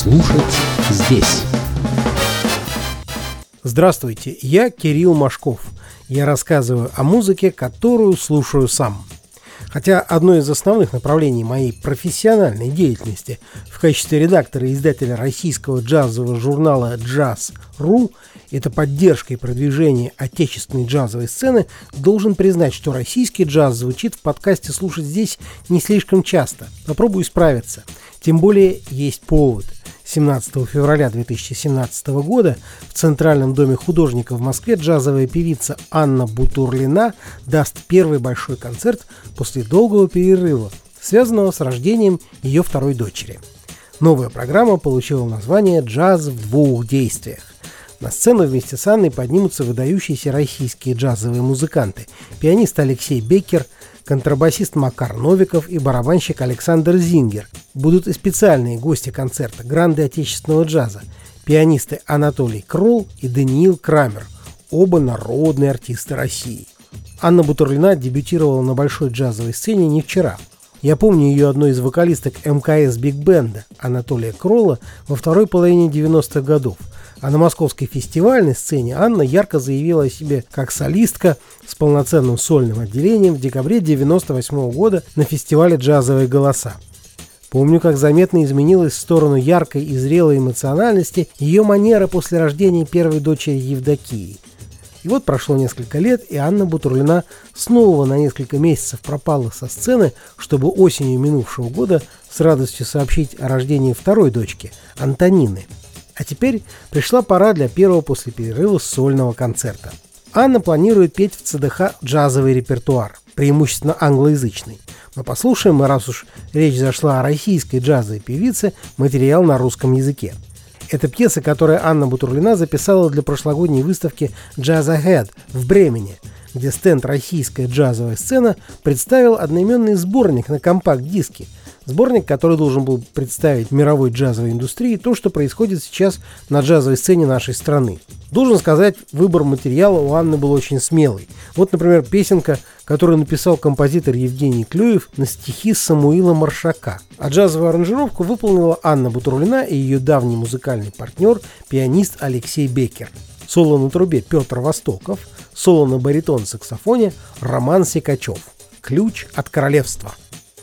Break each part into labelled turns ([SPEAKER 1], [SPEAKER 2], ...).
[SPEAKER 1] Слушать здесь.
[SPEAKER 2] Здравствуйте, я Кирилл Машков. Я рассказываю о музыке, которую слушаю сам. Хотя одно из основных направлений моей профессиональной деятельности в качестве редактора и издателя российского джазового журнала «Джаз.ру» это поддержка и продвижение отечественной джазовой сцены, должен признать, что российский джаз звучит в подкасте «Слушать здесь» не слишком часто. Попробую исправиться. Тем более есть повод. 17 февраля 2017 года в Центральном доме художника в Москве джазовая певица Анна Бутурлина даст первый большой концерт после долгого перерыва, связанного с рождением ее второй дочери. Новая программа получила название «Джаз в двух действиях». На сцену вместе с Анной поднимутся выдающиеся российские джазовые музыканты: пианист Алексей Беккер, контрабасист Макар Новиков и барабанщик Александр Зингер. Будут и специальные гости концерта, гранды отечественного джаза, пианисты Анатолий Кролл и Даниил Крамер, оба народные артисты России. Анна Бутурлина дебютировала на большой джазовой сцене не вчера. Я помню ее одной из вокалисток МКС Биг-бенда Анатолия Кролла во второй половине 90-х годов. А на московской фестивальной сцене Анна ярко заявила о себе как солистка с полноценным сольным отделением в декабре 1998 года на фестивале «Джазовые голоса». Помню, как заметно изменилась в сторону яркой и зрелой эмоциональности ее манера после рождения первой дочери Евдокии. И вот прошло несколько лет, и Анна Бутурлина снова на несколько месяцев пропала со сцены, чтобы осенью минувшего года с радостью сообщить о рождении второй дочки, Антонины. А теперь пришла пора для первого после перерыва сольного концерта. Анна планирует петь в ЦДХ джазовый репертуар, преимущественно англоязычный. Но послушаем мы, раз уж речь зашла о российской джазовой певице, материал на русском языке. Это пьеса, которую Анна Бутурлина записала для прошлогодней выставки «Jazz Ahead» в Бремени, где стенд «Российская джазовая сцена» представил одноименный сборник на компакт-диске. Сборник, который должен был представить мировой джазовой индустрии то, что происходит сейчас на джазовой сцене нашей страны. Должен сказать, выбор материала у Анны был очень смелый. Вот, например, песенка, которую написал композитор Евгений Клюев на стихи Самуила Маршака. А джазовую аранжировку выполнила Анна Бутурлина и ее давний музыкальный партнер, пианист Алексей Беккер. Соло на трубе Петр Востоков, соло на баритон-саксофоне Роман Секачев. Ключ от королевства.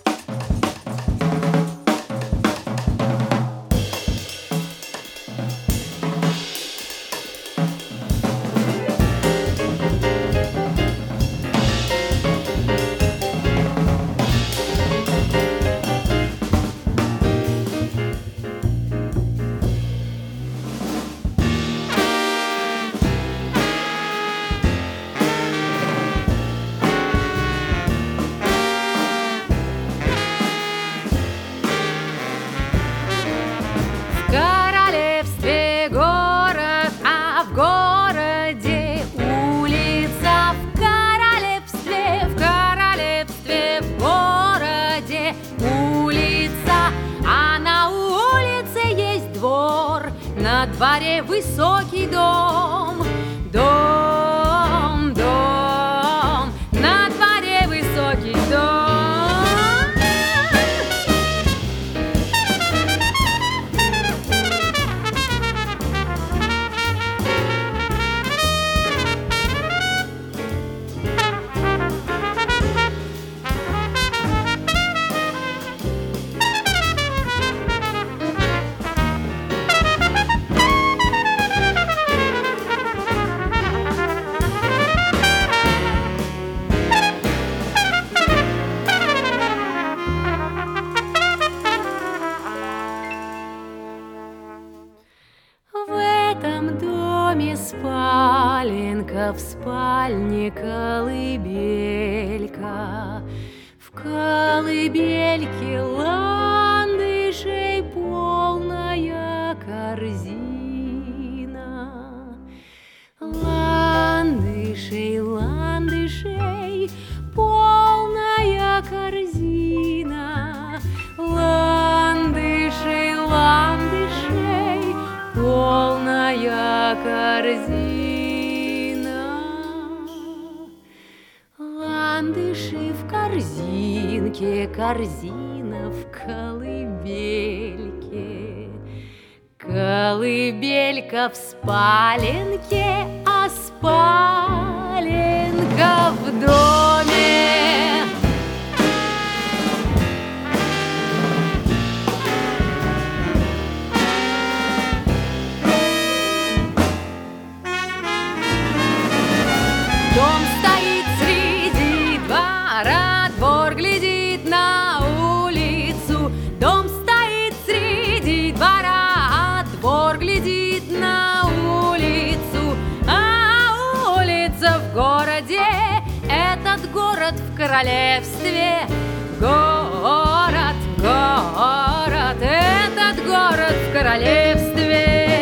[SPEAKER 3] На дворе высокий дом, дом, дом, на дворе высокий дом. Спаленка, в спальне колыбелька, в колыбельке ландышей полная корзина. Ландышей, ландышей полная корзина. Ландышей, ландышей полная корзина. Ландыши в корзинке, корзина в колыбельке. Колыбелька в спаленке, а спаленка в доме. Дом стоит среди двора, двор глядит на улицу. Дом стоит среди двора, двор глядит на улицу. А улица в городе, этот город в королевстве. Город, город, этот город в королевстве.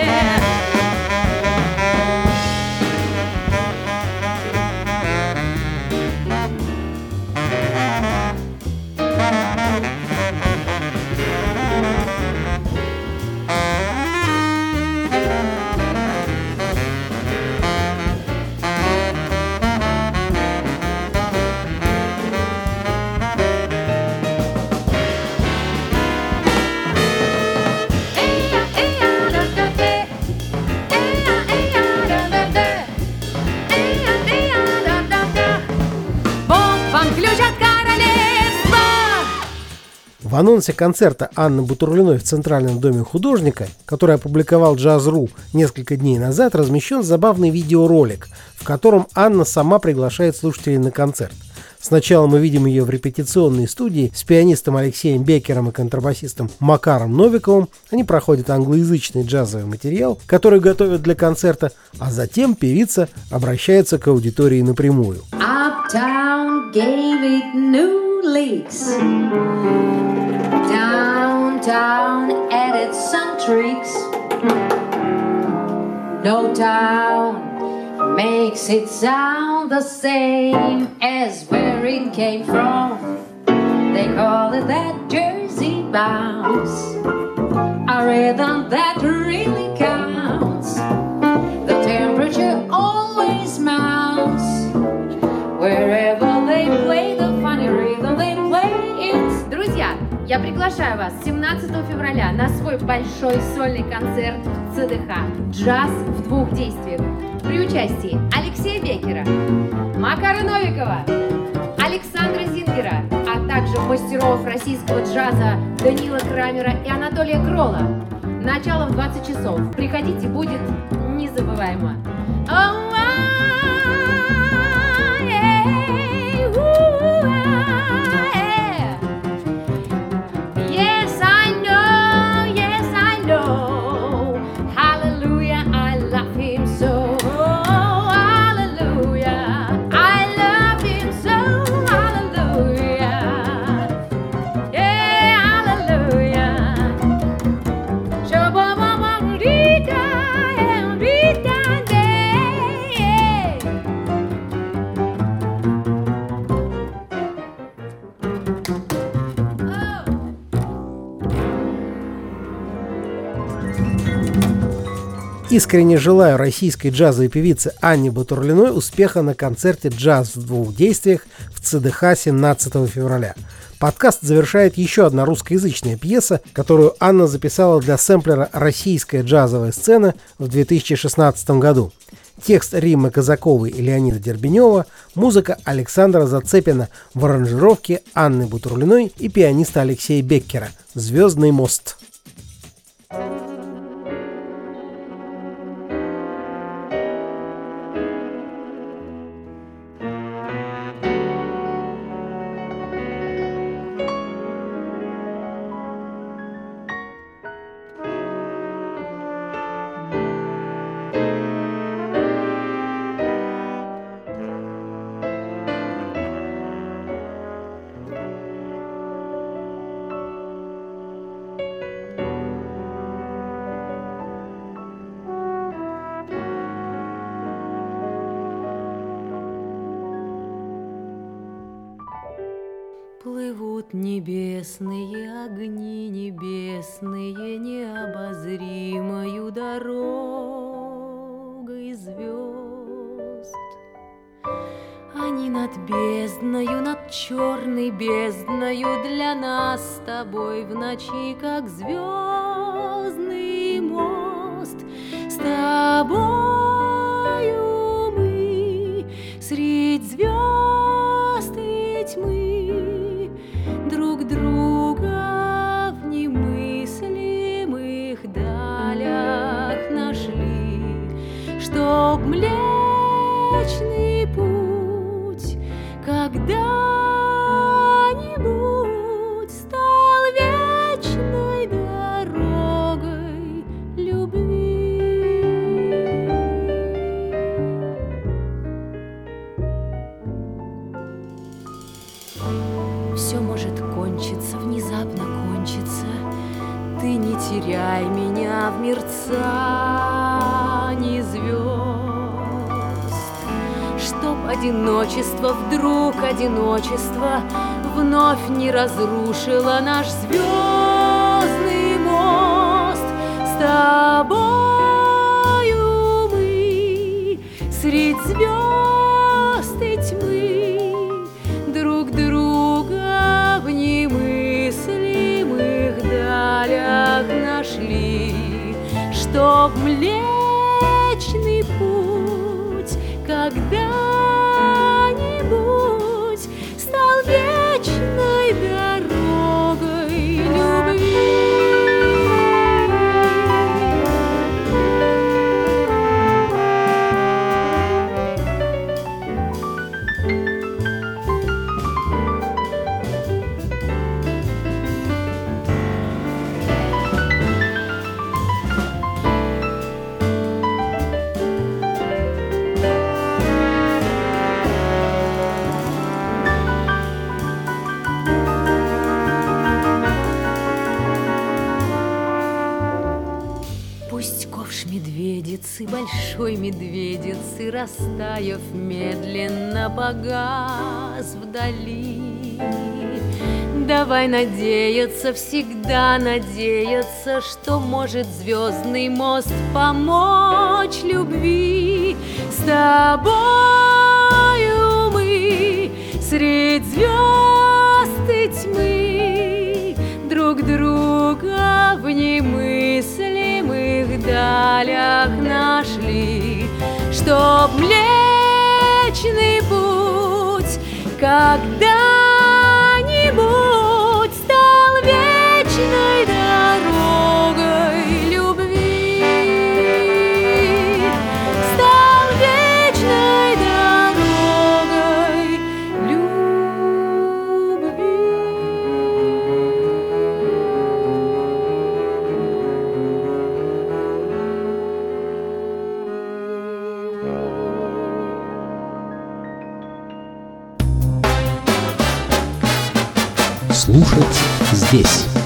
[SPEAKER 2] В анонсе концерта Анны Бутурлиной в Центральном доме художника, который опубликовал Jazz.ru несколько дней назад, размещен забавный видеоролик, в котором Анна сама приглашает слушателей на концерт. Сначала мы видим ее в репетиционной студии с пианистом Алексеем Беккером и контрабасистом Макаром Новиковым. Они проходят англоязычный джазовый материал, который готовят для концерта, а затем певица обращается к аудитории напрямую.
[SPEAKER 3] Uptown gave it new leaks. Downtown added some tricks. No town makes it sound the same as where it came from. They call it that Jersey bounce, a rhythm that really counts. The temperature always mounts wherever they play the funny rhythm they play it. Друзья, я приглашаю вас 17 февраля на свой большой сольный концерт в ЦДХ «Джаз в двух действиях» при участии Алексея Беккера, Макара Новикова, Александра Зингера, а также мастеров российского джаза Даниила Крамера и Анатолия Кролла. Начало в 20 часов. Приходите, будет незабываемо.
[SPEAKER 2] Искренне желаю российской джазовой певице Анне Бутурлиной успеха на концерте «Джаз в двух действиях» в ЦДХ 17 февраля. Подкаст завершает еще одна русскоязычная пьеса, которую Анна записала для сэмплера «Российская джазовая сцена» в 2016 году. Текст Риммы Казаковой и Леонида Дербенева, музыка Александра Зацепина в аранжировке Анны Бутурлиной и пианиста Алексея Беккера «Звездный мост».
[SPEAKER 3] Плывут небесные огни, небесные, необозримою дорогой звезд. Они над бездною, над черной бездною для нас с тобой в ночи, как звездный мост.
[SPEAKER 4] с тобою мы средь звезд и тьмы друг друга в немыслимых далях нашли, чтоб Млечный Путь когда-нибудь стал вечной дорогой любви. Все может кончиться, внезапно кончиться. Ты не теряй меня в мерцании звезд, чтоб одиночество, вдруг одиночество вновь не разрушило наш звездный мост. С тобою мы средь звезд и тьмы друг друга в немыслимых далях нашли, чтоб Млечный Путь когда-нибудь стал вечной дорогой любви. Пусть ковш медведицы, большой медведицы, растаяв медленно, погас вдали. Давай надеяться, всегда надеяться, что может звездный мост помочь любви. С тобою мы средь звезд и тьмы друг друга в немыслимых далях нашли, чтоб Млечный Путь когда-нибудь стал вечной дорогой любви, стал вечной дорогой любви.
[SPEAKER 1] Слушать здесь.